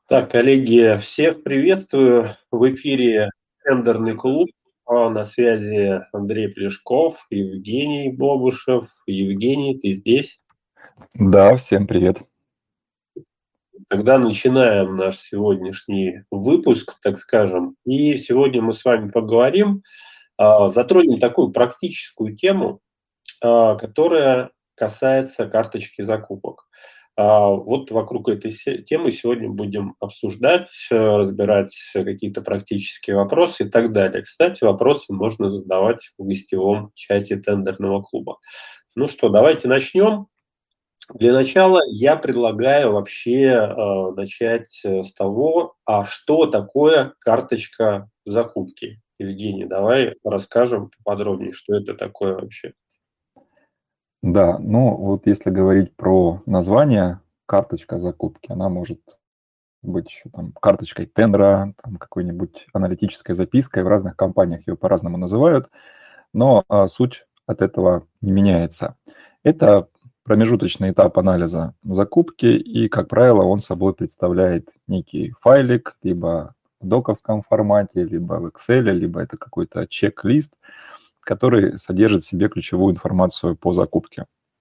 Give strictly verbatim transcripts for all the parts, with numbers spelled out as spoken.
Так, коллеги, всех приветствую. В эфире "Тендерный клуб". А, На связи Андрей Плешков, Евгений Бобышев. Евгений, ты здесь? Да, всем привет. Тогда начинаем наш сегодняшний выпуск, так скажем. И сегодня мы с вами поговорим, а, затронем такую практическую тему, а, которая касается карточки закупок. А, Вот вокруг этой се- темы сегодня будем обсуждать, э, разбирать какие-то практические вопросы и так далее. Кстати, вопросы можно задавать в гостевом чате тендерного клуба. Ну что, давайте начнем. Для начала я предлагаю вообще э, начать э, с того, а что такое карточка закупки. Евгений, давай расскажем поподробнее, что это такое вообще. Да, ну вот если говорить про название, карточка закупки, она может быть еще там карточкой тендера, там какой-нибудь аналитической запиской. В разных компаниях ее по-разному называют, но а, суть от этого не меняется. Это промежуточный этап анализа закупки, и, как правило, он собой представляет некий файлик, либо в доковском формате, либо в Excel, либо это какой-то чек-лист, который содержит в себе ключевую информацию по закупке.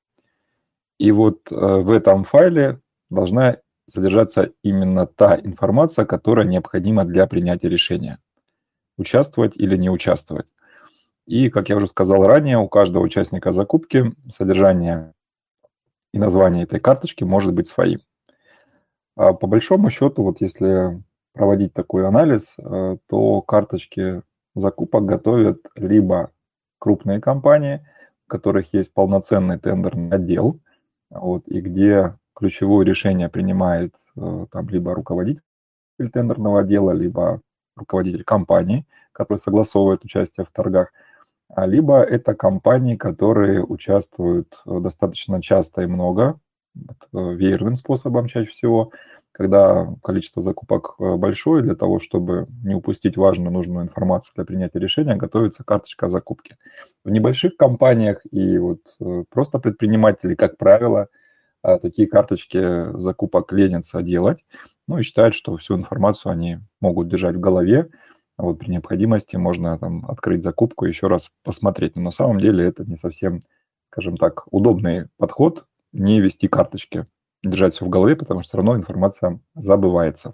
И вот, э, в этом файле должна содержаться именно та информация, которая необходима для принятия решения: участвовать или не участвовать. И, как я уже сказал ранее, у каждого участника закупки содержание и название этой карточки может быть своим. А по большому счету, вот если проводить такой анализ, э, то карточки закупок готовят либо крупные компании, у которых есть полноценный тендерный отдел, вот, и где ключевое решение принимает э, там либо руководитель тендерного отдела, либо руководитель компании, который согласовывает участие в торгах, а либо это компании, которые участвуют э, достаточно часто и много, вот, э, веерным способом чаще всего, когда количество закупок э, большое, для того, чтобы не упустить важную, нужную информацию для принятия решения, готовится карточка закупки. В небольших компаниях и вот э, просто предприниматели, как правило, а, такие карточки закупок ленятся делать, ну и считают, что всю информацию они могут держать в голове, а вот при необходимости можно там открыть закупку и еще раз посмотреть. Но на самом деле это не совсем, скажем так, удобный подход — не вести карточки, держать все в голове, потому что все равно информация забывается.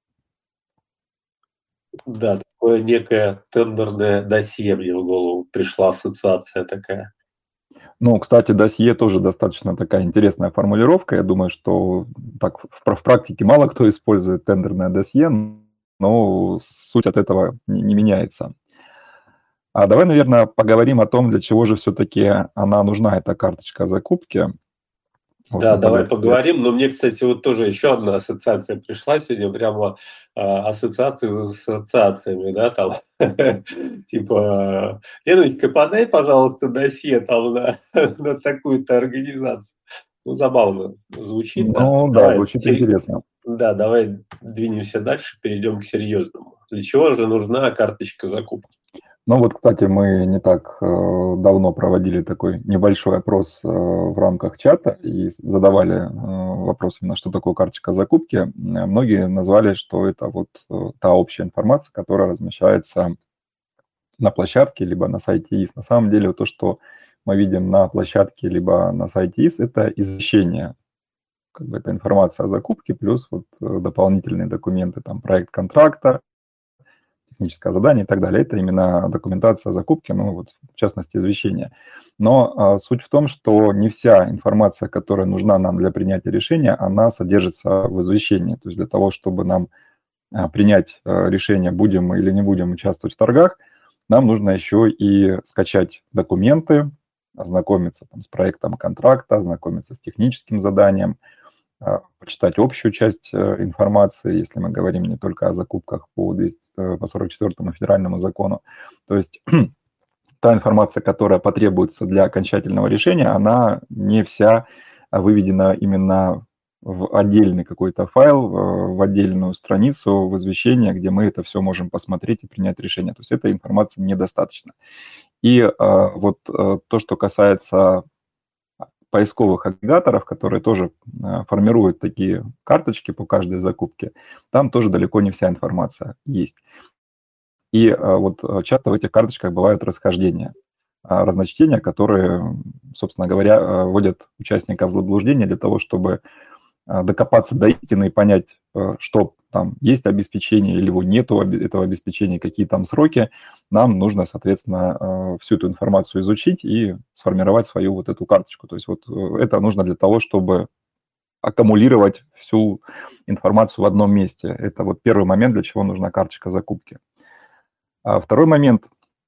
Да, такое некое тендерное досье мне в голову пришла ассоциация такая. Ну, кстати, досье тоже достаточно такая интересная формулировка. Я думаю, что так в пра в практике мало кто использует тендерное досье, но суть от этого не не меняется. А давай, наверное, поговорим о том, для чего же все-таки она нужна, эта карточка закупки. Вот Да, на давай твой взгляд. поговорим. Но мне, кстати, вот тоже еще одна ассоциация пришла сегодня, прямо а, ассоциации с ассоциациями, да, там, типа, Леночка, подай, пожалуйста, досье там на, на такую-то организацию. Ну, забавно звучит, да. Ну да, Давай, звучит се- интересно. да, давай двинемся дальше, перейдем к серьезному. Для чего же нужна карточка закупки? Ну вот, кстати, мы не так э, давно проводили такой небольшой опрос э, в рамках чата и с- задавали э, вопрос именно, что такое карточка закупки. М, Многие назвали, что это вот э, та общая информация, которая размещается на площадке либо на сайте ИС. На самом деле вот то, что мы видим на площадке либо на сайте ИС, это извещение, как бы это информация о закупке, плюс вот э, дополнительные документы, там проект контракта, техническое задание и так далее. Это именно документация о закупке, ну вот в частности извещение. Но а, суть в том, что не вся информация, которая нужна нам для принятия решения, она содержится в извещении. То есть для того, чтобы нам а, принять а, решение, будем мы или не будем участвовать в торгах, нам нужно еще и скачать документы, ознакомиться там с проектом контракта, ознакомиться с техническим заданием, а, почитать общую часть э, информации, если мы говорим не только о закупках по, двести, э, по сорок четвёртому федеральному закону. То есть та информация, которая потребуется для окончательного решения, она не вся а, выведена именно в отдельный какой-то файл, э, в отдельную страницу, в извещение, где мы это все можем посмотреть и принять решение. То есть этой информации недостаточно. И а, вот э, то, что касается поисковых агрегаторов, которые тоже формируют такие карточки по каждой закупке, там тоже далеко не вся информация есть. И вот часто в этих карточках бывают расхождения, разночтения, которые, собственно говоря, вводят участников в заблуждение для того, чтобы докопаться до истины и понять, что там есть обеспечение или его нету этого обеспечения, какие там сроки. Нам нужно, соответственно, всю эту информацию изучить и сформировать свою вот эту карточку. То есть вот это нужно для того, чтобы аккумулировать всю информацию в одном месте. Это вот первый момент, для чего нужна карточка закупки. А второй момент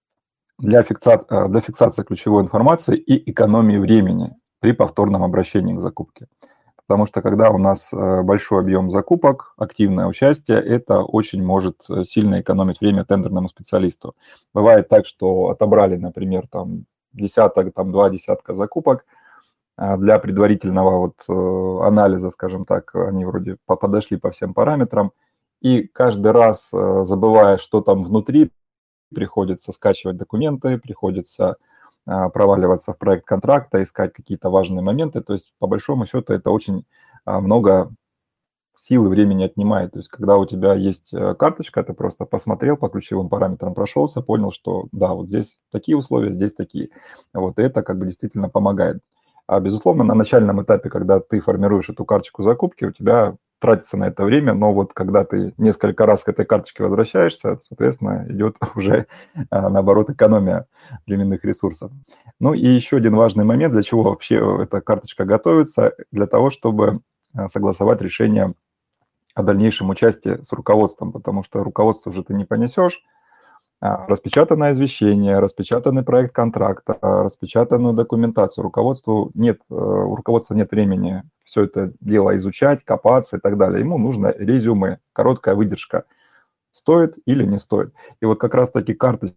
для фиксации, для фиксации ключевой информации и экономии времени при повторном обращении к закупке. Потому что когда у нас большой объем закупок, активное участие, это очень может сильно экономить время тендерному специалисту. Бывает так, что отобрали, например, там десяток, там два десятка закупок для предварительного вот анализа, скажем так, они вроде подошли по всем параметрам, и каждый раз, забывая, что там внутри, приходится скачивать документы, приходится проваливаться в проект контракта, искать какие-то важные моменты. То есть, по большому счету, это очень много сил и времени отнимает. То есть, когда у тебя есть карточка, ты просто посмотрел, по ключевым параметрам прошелся, понял, что да, вот здесь такие условия, здесь такие. Вот это как бы действительно помогает. А, безусловно, на начальном этапе, когда ты формируешь эту карточку закупки, у тебя тратится на это время, но вот когда ты несколько раз к этой карточке возвращаешься, соответственно, идет уже, наоборот, экономия временных ресурсов. Ну и еще один важный момент, для чего вообще эта карточка готовится, для того, чтобы согласовать решение о дальнейшем участии с руководством, потому что руководство уже ты не понесешь, распечатанное извещение, распечатанный проект контракта, распечатанную документацию. Руководству нет, у руководства нет времени все это дело изучать, копаться и так далее. Ему нужно резюме, короткая выдержка, стоит или не стоит. И вот как раз-таки карточка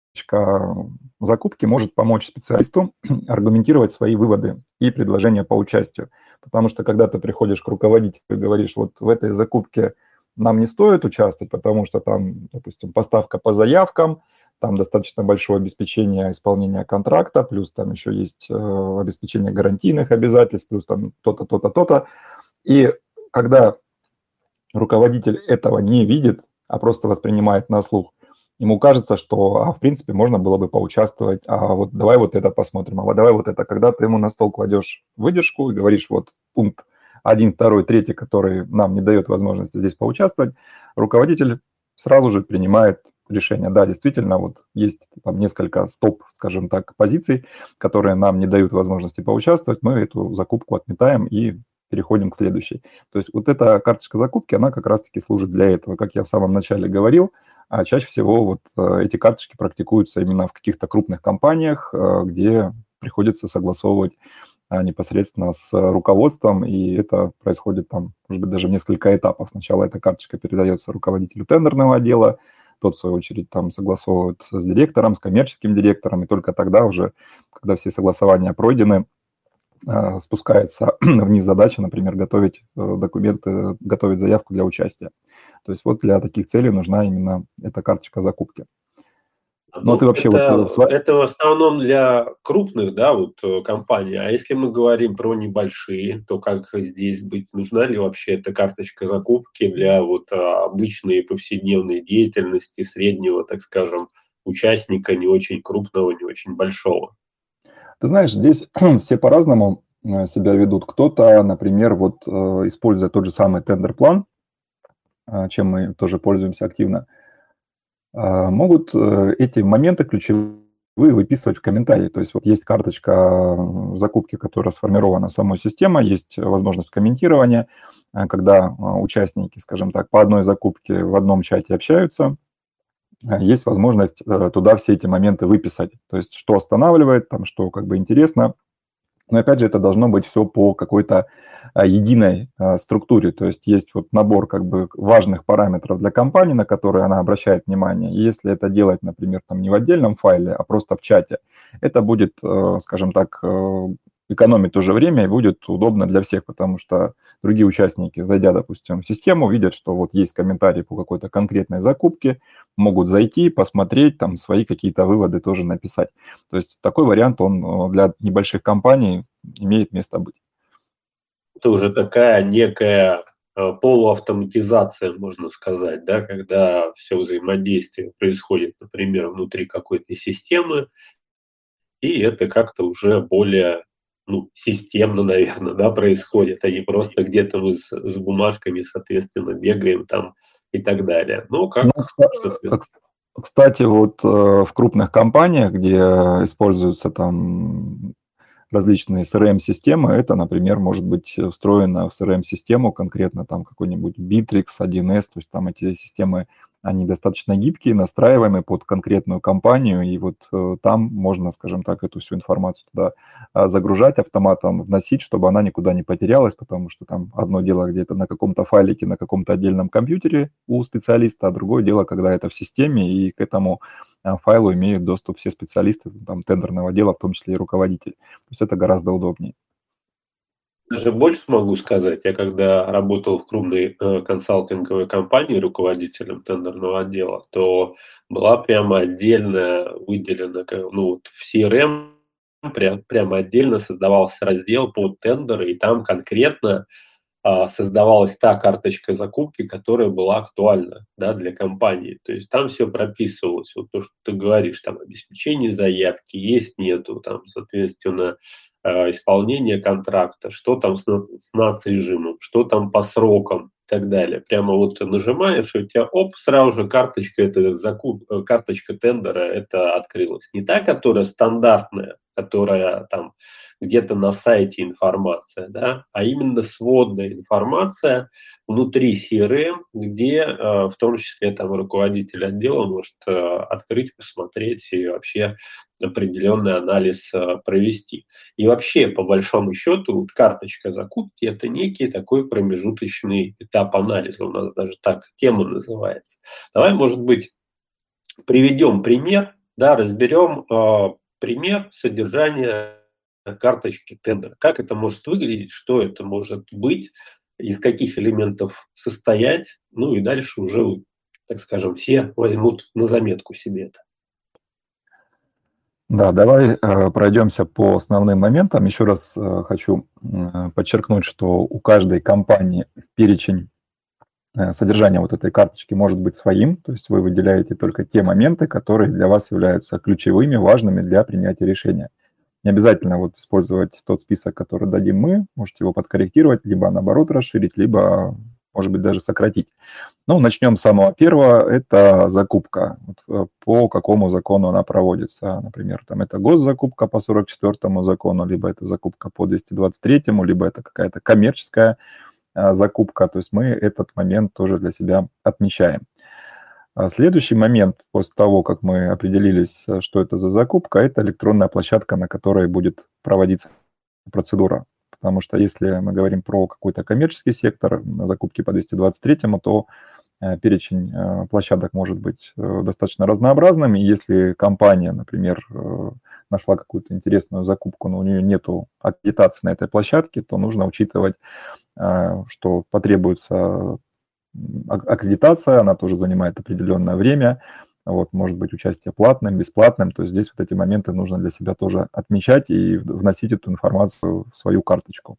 закупки может помочь специалисту аргументировать свои выводы и предложения по участию. Потому что когда ты приходишь к руководителю и говоришь, вот в этой закупке нам не стоит участвовать, потому что там, допустим, поставка по заявкам, там достаточно большое обеспечение исполнения контракта, плюс там еще есть э, обеспечение гарантийных обязательств, плюс там то-то, то-то, то-то. И когда руководитель этого не видит, а просто воспринимает на слух, ему кажется, что, а, в принципе, можно было бы поучаствовать, а вот давай вот это посмотрим, а вот давай вот это. Когда ты ему на стол кладешь выдержку и говоришь, вот пункт один, второй, третий, который нам не дает возможности здесь поучаствовать, руководитель сразу же принимает решение. Да, действительно, вот есть там несколько стоп, скажем так, позиций, которые нам не дают возможности поучаствовать, мы эту закупку отметаем и переходим к следующей. То есть вот эта карточка закупки, она как раз-таки служит для этого. Как я в самом начале говорил, а чаще всего вот эти карточки практикуются именно в каких-то крупных компаниях, где приходится согласовывать непосредственно с руководством, и это происходит там, может быть, даже в несколько этапов. Сначала эта карточка передается руководителю тендерного отдела, тот, в свою очередь, там согласовывает с директором, с коммерческим директором, и только тогда уже, когда все согласования пройдены, спускается вниз задача, например, готовить документы, готовить заявку для участия. То есть вот для таких целей нужна именно эта карточка закупки. Ну, ну ты вообще это, вот... это в основном для крупных, да, вот компаний. А если мы говорим про небольшие, то как здесь быть? Нужна ли вообще эта карточка закупки для вот обычной повседневной деятельности среднего, так скажем, участника, не очень крупного, не очень большого? Ты знаешь, здесь все по-разному себя ведут. Кто-то, например, вот используя тот же самый тендер-план, чем мы тоже пользуемся активно, могут эти моменты ключевые выписывать в комментарии. То есть вот есть карточка закупки, которая сформирована самой системой, есть возможность комментирования, когда участники, скажем так, по одной закупке в одном чате общаются, есть возможность туда все эти моменты выписать. То есть что останавливает, там, что как бы интересно. Но опять же, это должно быть все по какой-то единой структуре. То есть есть вот набор как бы важных параметров для компании, на которые она обращает внимание. И если это делать, например, там не в отдельном файле, а просто в чате, это будет, скажем так, экономить тоже время и будет удобно для всех, потому что другие участники, зайдя, допустим, в систему, видят, что вот есть комментарий по какой-то конкретной закупке, могут зайти, посмотреть, там свои какие-то выводы тоже написать. То есть такой вариант, он для небольших компаний имеет место быть. Это уже такая некая полуавтоматизация, можно сказать, да, когда все взаимодействие происходит, например, внутри какой-то системы, и это как-то уже более, ну, системно, наверное, да, происходит, а не просто где-то мы с, с бумажками, соответственно, бегаем там и так далее. Ну, как, Ну, соответственно, кстати, вот в крупных компаниях, где используются там различные си эр эм-системы, это, например, может быть встроено в си эр эм-систему конкретно там какой-нибудь Bittrex, один эс, то есть там эти системы, они достаточно гибкие, настраиваемые под конкретную компанию, и вот э, там можно, скажем так, эту всю информацию туда а, загружать, автоматом вносить, чтобы она никуда не потерялась, потому что там одно дело где-то на каком-то файлике, на каком-то отдельном компьютере у специалиста, а другое дело, когда это в системе, и к этому а, файлу имеют доступ все специалисты там, тендерного отдела, в том числе и руководитель. То есть это гораздо удобнее. даже больше могу сказать. Я когда работал в крупной э, консалтинговой компании руководителем тендерного отдела, то была прямо отдельно выделена, как- ну, вот в си эр эм прям, прямо отдельно создавался раздел под тендеры, и там конкретно а, создавалась та карточка закупки, которая была актуальна, да, для компании. То есть там все прописывалось, вот то, что ты говоришь, там обеспечение заявки есть, нету, там, соответственно, а, исполнение контракта, что там с, нас- с нац-режимом, что там по срокам и так далее. Прямо вот ты нажимаешь, и у тебя, оп, сразу же карточка, это закуп, э, карточка тендера, это открылась. Не та, которая стандартная, которая там где-то на сайте информация, да, а именно сводная информация внутри си эр эм, где э, в том числе там руководитель отдела может э, открыть, посмотреть и вообще определенный анализ э, провести. И вообще, по большому счету, вот карточка закупки – это некий такой промежуточный этап анализа. У нас даже так тема называется. Давай, может быть, приведем пример, да, разберем э, пример содержания карточки тендера. Как это может выглядеть, что это может быть, из каких элементов состоять, ну и дальше уже, так скажем, все возьмут на заметку себе это. Да, давай э, пройдемся по основным моментам. Еще раз э, хочу э, подчеркнуть, что у каждой компании перечень э, содержания вот этой карточки может быть своим, то есть вы выделяете только те моменты, которые для вас являются ключевыми, важными для принятия решения. Не обязательно вот использовать тот список, который дадим мы, можете его подкорректировать, либо наоборот расширить, либо, может быть, даже сократить. Ну, начнем с самого первого, это закупка. Вот, э, по какому закону она проводится. Например, там это госзакупка по сорок четвёртому закону, либо это закупка по двести двадцать третьему, либо это какая-то коммерческая а, закупка. То есть мы этот момент тоже для себя отмечаем. А следующий момент, после того, как мы определились, э, что это за закупка, это электронная площадка, на которой будет проводиться процедура. Потому что если мы говорим про какой-то коммерческий сектор, на закупки по двести двадцать третьему, то э, перечень э, площадок может быть э, достаточно разнообразным. И если компания, например, э, нашла какую-то интересную закупку, но у нее нет аккредитации на этой площадке, то нужно учитывать, э, что потребуется аккредитация, она тоже занимает определенное время. Вот, может быть участие платным, бесплатным. То есть здесь вот эти моменты нужно для себя тоже отмечать и вносить эту информацию в свою карточку.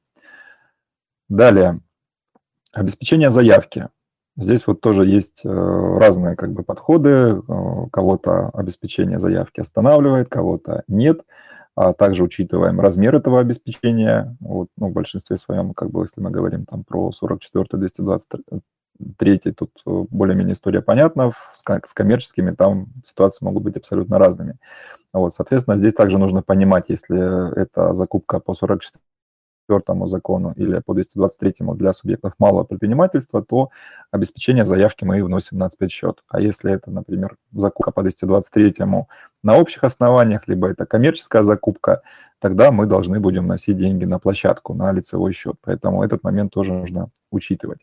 Далее, обеспечение заявки. Здесь вот тоже есть разные как бы подходы. Кого-то обеспечение заявки останавливает, кого-то нет. А также учитываем размер этого обеспечения. Вот, ну, в большинстве своем, как бы, если мы говорим там про сорок четвёртый, двести двадцать третий, тут более-менее история понятна. С, с коммерческими там ситуации могут быть абсолютно разными. Вот, соответственно, здесь также нужно понимать, если это закупка по сорок четвёртому закону или по двести двадцать третьему для субъектов малого предпринимательства, то обеспечение заявки мы вносим на спецсчет. А если это, например, закупка по двести двадцать третьему на общих основаниях, либо это коммерческая закупка, тогда мы должны будем вносить деньги на площадку, на лицевой счет. Поэтому этот момент тоже нужно учитывать.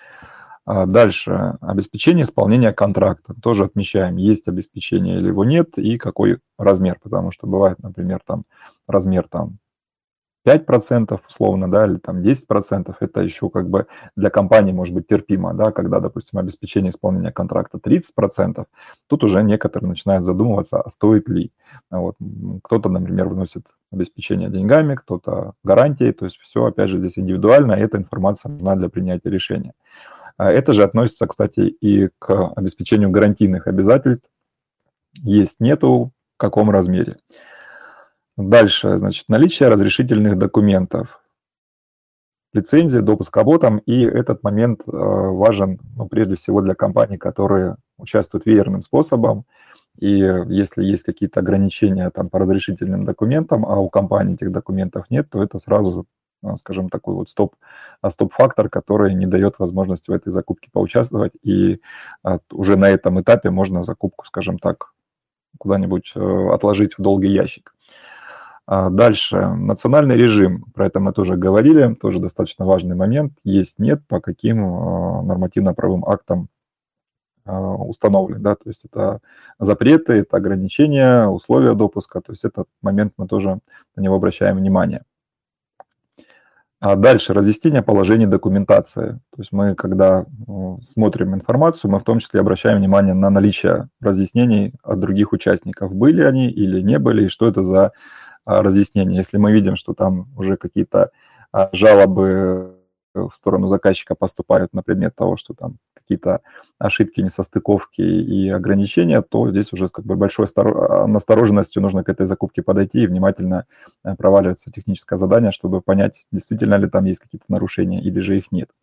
Дальше. Обеспечение исполнения контракта. Тоже отмечаем, есть обеспечение или его нет, и какой размер. Потому что бывает, например, там размер там пять процентов условно, да, или там десять процентов, это еще как бы для компании может быть терпимо, да, когда, допустим, обеспечение исполнения контракта тридцать процентов, тут уже некоторые начинают задумываться, а стоит ли. Вот. Кто-то, например, вносит обеспечение деньгами, кто-то гарантией, то есть все, опять же, здесь индивидуально, и эта информация нужна для принятия решения. Это же относится, кстати, и к обеспечению гарантийных обязательств. Есть, нету, в каком размере. Дальше, значит, наличие разрешительных документов, лицензия, допуск к работам, и этот момент э, важен, ну, прежде всего для компаний, которые участвуют веерным способом, и если есть какие-то ограничения там по разрешительным документам, а у компании этих документов нет, то это сразу, скажем, такой вот стоп, стоп-фактор, который не дает возможности в этой закупке поучаствовать, и уже на этом этапе можно закупку, скажем так, куда-нибудь отложить в долгий ящик. Дальше, национальный режим, про это мы тоже говорили, тоже достаточно важный момент, есть, нет, по каким нормативно-правовым актам установлен, да, то есть это запреты, это ограничения, условия допуска, то есть этот момент мы тоже на него обращаем внимание. А дальше разъяснение положений документации. То есть мы, когда смотрим информацию, мы в том числе обращаем внимание на наличие разъяснений от других участников. Были они или не были, и что это за разъяснения. Если мы видим, что там уже какие-то жалобы в сторону заказчика поступают на предмет того, что там какие-то ошибки, несостыковки и ограничения, то здесь уже с как бы большой настороженностью нужно к этой закупке подойти и внимательно проваливаться в техническое задание, чтобы понять, действительно ли там есть какие-то нарушения или же их нет.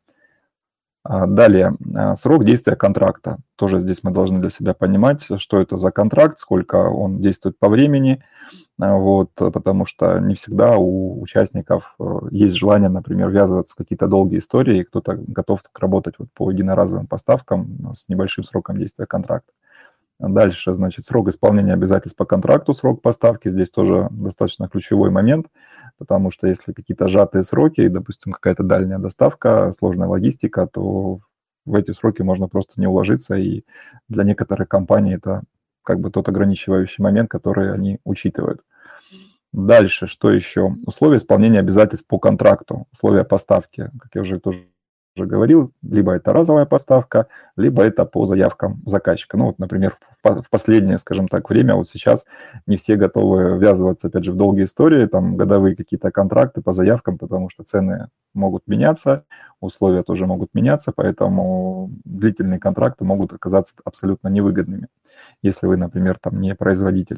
Далее, срок действия контракта. Тоже здесь мы должны для себя понимать, что это за контракт, сколько он действует по времени, вот, потому что не всегда у участников есть желание, например, ввязываться в какие-то долгие истории, и кто-то готов работать вот по единоразовым поставкам с небольшим сроком действия контракта. Дальше, значит, срок исполнения обязательств по контракту, срок поставки. Здесь тоже достаточно ключевой момент, потому что если какие-то сжатые сроки, допустим, какая-то дальняя доставка, сложная логистика, то в эти сроки можно просто не уложиться, и для некоторых компаний это как бы тот ограничивающий момент, который они учитывают. Дальше, что еще? Условия исполнения обязательств по контракту, условия поставки, как я уже тоже уже говорил, либо это разовая поставка, либо это по заявкам заказчика. Ну вот, например, в последнее, скажем так, время, вот сейчас не все готовы ввязываться, опять же, в долгие истории, там, годовые какие-то контракты по заявкам, потому что цены могут меняться, условия тоже могут меняться, поэтому длительные контракты могут оказаться абсолютно невыгодными, если вы, например, там не производитель.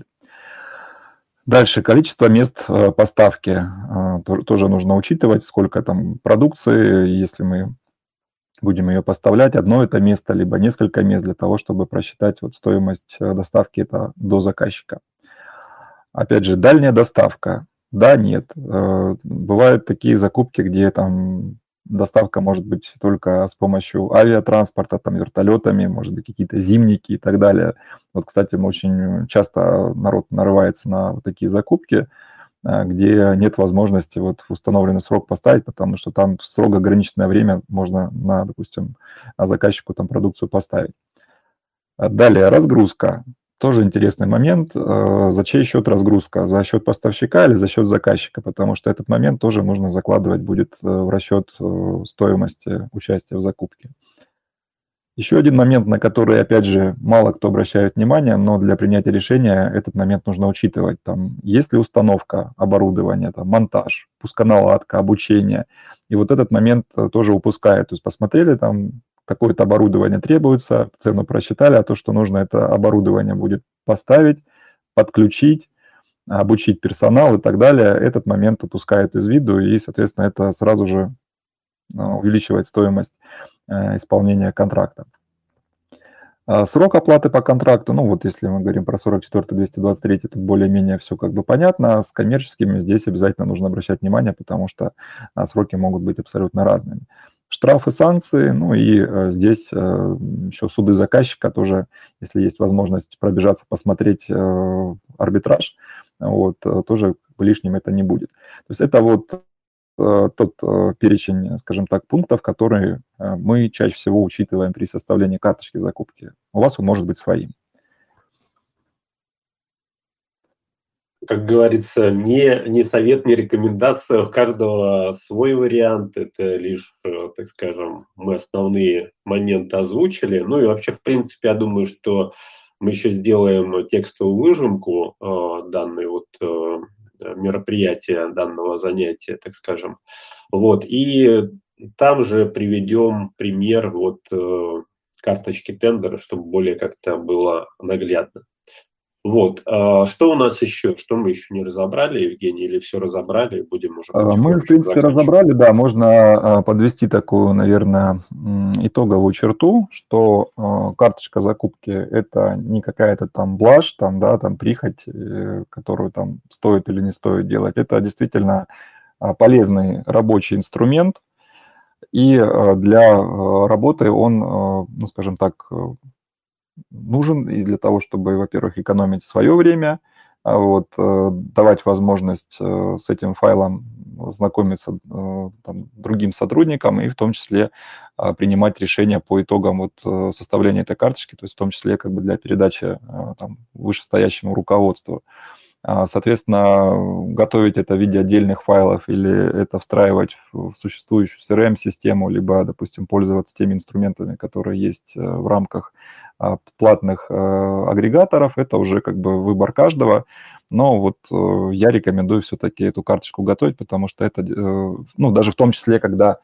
Дальше, количество мест поставки тоже нужно учитывать, сколько там продукции, если мы будем ее поставлять, одно это место, либо несколько мест для того, чтобы просчитать вот стоимость доставки это до заказчика. Опять же, дальняя доставка. Да, нет. Бывают такие закупки, где там доставка может быть только с помощью авиатранспорта, там, вертолетами, может быть, какие-то зимники и так далее. Вот, кстати, очень часто народ нарывается на вот такие закупки, где нет возможности вот в установленный срок поставить, потому что там в строго ограниченное время можно на, допустим, заказчику там продукцию поставить. Далее, разгрузка. Тоже интересный момент. За чей счет разгрузка? За счет поставщика или за счет заказчика? Потому что этот момент тоже нужно закладывать будет в расчет стоимости участия в закупке. Еще один момент, на который, опять же, мало кто обращает внимание, но для принятия решения этот момент нужно учитывать. Там, есть ли установка оборудования, там, монтаж, пусконаладка, обучение. И вот этот момент тоже упускают. То есть посмотрели, там какое-то оборудование требуется, цену просчитали, а то, что нужно, это оборудование будет поставить, подключить, обучить персонал и так далее. Этот момент упускают из виду, и, соответственно, это сразу же увеличивает стоимость исполнения контракта. Срок оплаты по контракту, ну вот если мы говорим про сорок четвёртый двести двадцать третий, тут более-менее все как бы понятно. С коммерческими здесь обязательно нужно обращать внимание, потому что сроки могут быть абсолютно разными. Штрафы, санкции, ну и здесь еще суды заказчика тоже, если есть возможность пробежаться, посмотреть арбитраж, вот, тоже лишним это не будет. То есть это вот тот перечень, скажем так, пунктов, которые мы чаще всего учитываем при составлении карточки закупки. У вас он может быть своим. как говорится, не, не совет, не рекомендация, у каждого свой вариант. Это лишь, э, так скажем, мы основные моменты озвучили. Ну и вообще, в принципе, я думаю, что мы еще сделаем текстовую выжимку э, данной вот э, мероприятия, данного занятия, так скажем. Вот. И там же приведем пример вот э, карточки тендера, чтобы более как-то было наглядно. Вот. А что у нас еще? Что мы еще не разобрали, Евгений, или все разобрали, и будем уже А, Мы, в потихонечку принципе, заканчивать? разобрали, да, можно а, подвести такую, наверное, м, итоговую черту, что а, карточка закупки – это не какая-то там блажь, там, да, там прихоть, э, которую там стоит или не стоит делать. Это действительно а, полезный рабочий инструмент, и а, для а, работы он, а, ну, скажем так, э, нужен и для того, чтобы, во-первых, экономить свое время, а вот, э, давать возможность э, с этим файлом знакомиться э, там, другим сотрудникам и в том числе а, принимать решения по итогам вот, э, составления этой карточки, то есть в том числе как бы для передачи э, там, вышестоящему руководству. А, Соответственно, готовить это в виде отдельных файлов или это встраивать в в существующую си эр эм-систему, либо, допустим, пользоваться теми инструментами, которые есть э, в рамках а, платных э, агрегаторов, это уже как бы выбор каждого. Но вот э, я рекомендую все-таки эту карточку готовить, потому что это, э, ну, даже в том числе, когда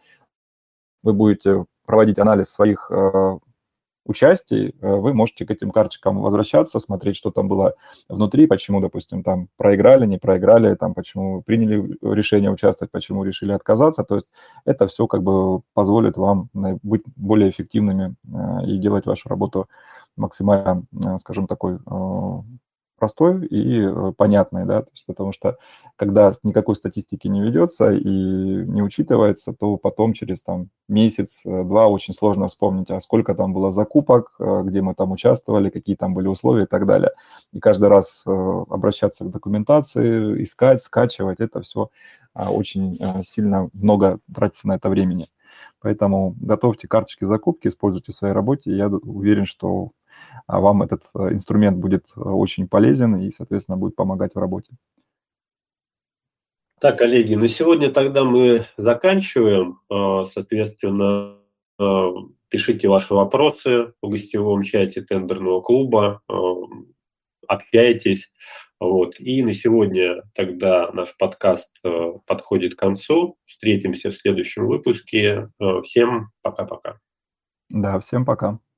вы будете проводить анализ своих э, участий, э, вы можете к этим карточкам возвращаться, смотреть, что там было внутри, почему, допустим, там проиграли, не проиграли, там, почему приняли решение участвовать, почему решили отказаться. То есть это все как бы позволит вам на- быть более эффективными э, и делать вашу работу максимально, э, скажем, такой э, простой и э, понятной, да, то есть потому что когда с- никакой статистики не ведется и не учитывается, то потом через там месяц-два очень сложно вспомнить, а сколько там было закупок, э, где мы там участвовали, какие там были условия и так далее. И каждый раз э, обращаться к документации, искать, скачивать, это все очень э, сильно много тратится на это времени. Поэтому готовьте карточки закупки, используйте в своей работе. Я ду- уверен, что а, вам этот э, инструмент будет э, очень полезен и, соответственно, будет помогать в работе. Так, коллеги, на сегодня тогда мы заканчиваем. А, Соответственно, а, пишите ваши вопросы в гостевом чате тендерного клуба, а, общайтесь. Вот. И на сегодня тогда наш подкаст э, подходит к концу. Встретимся в следующем выпуске. Э, Всем пока-пока. Да, всем пока.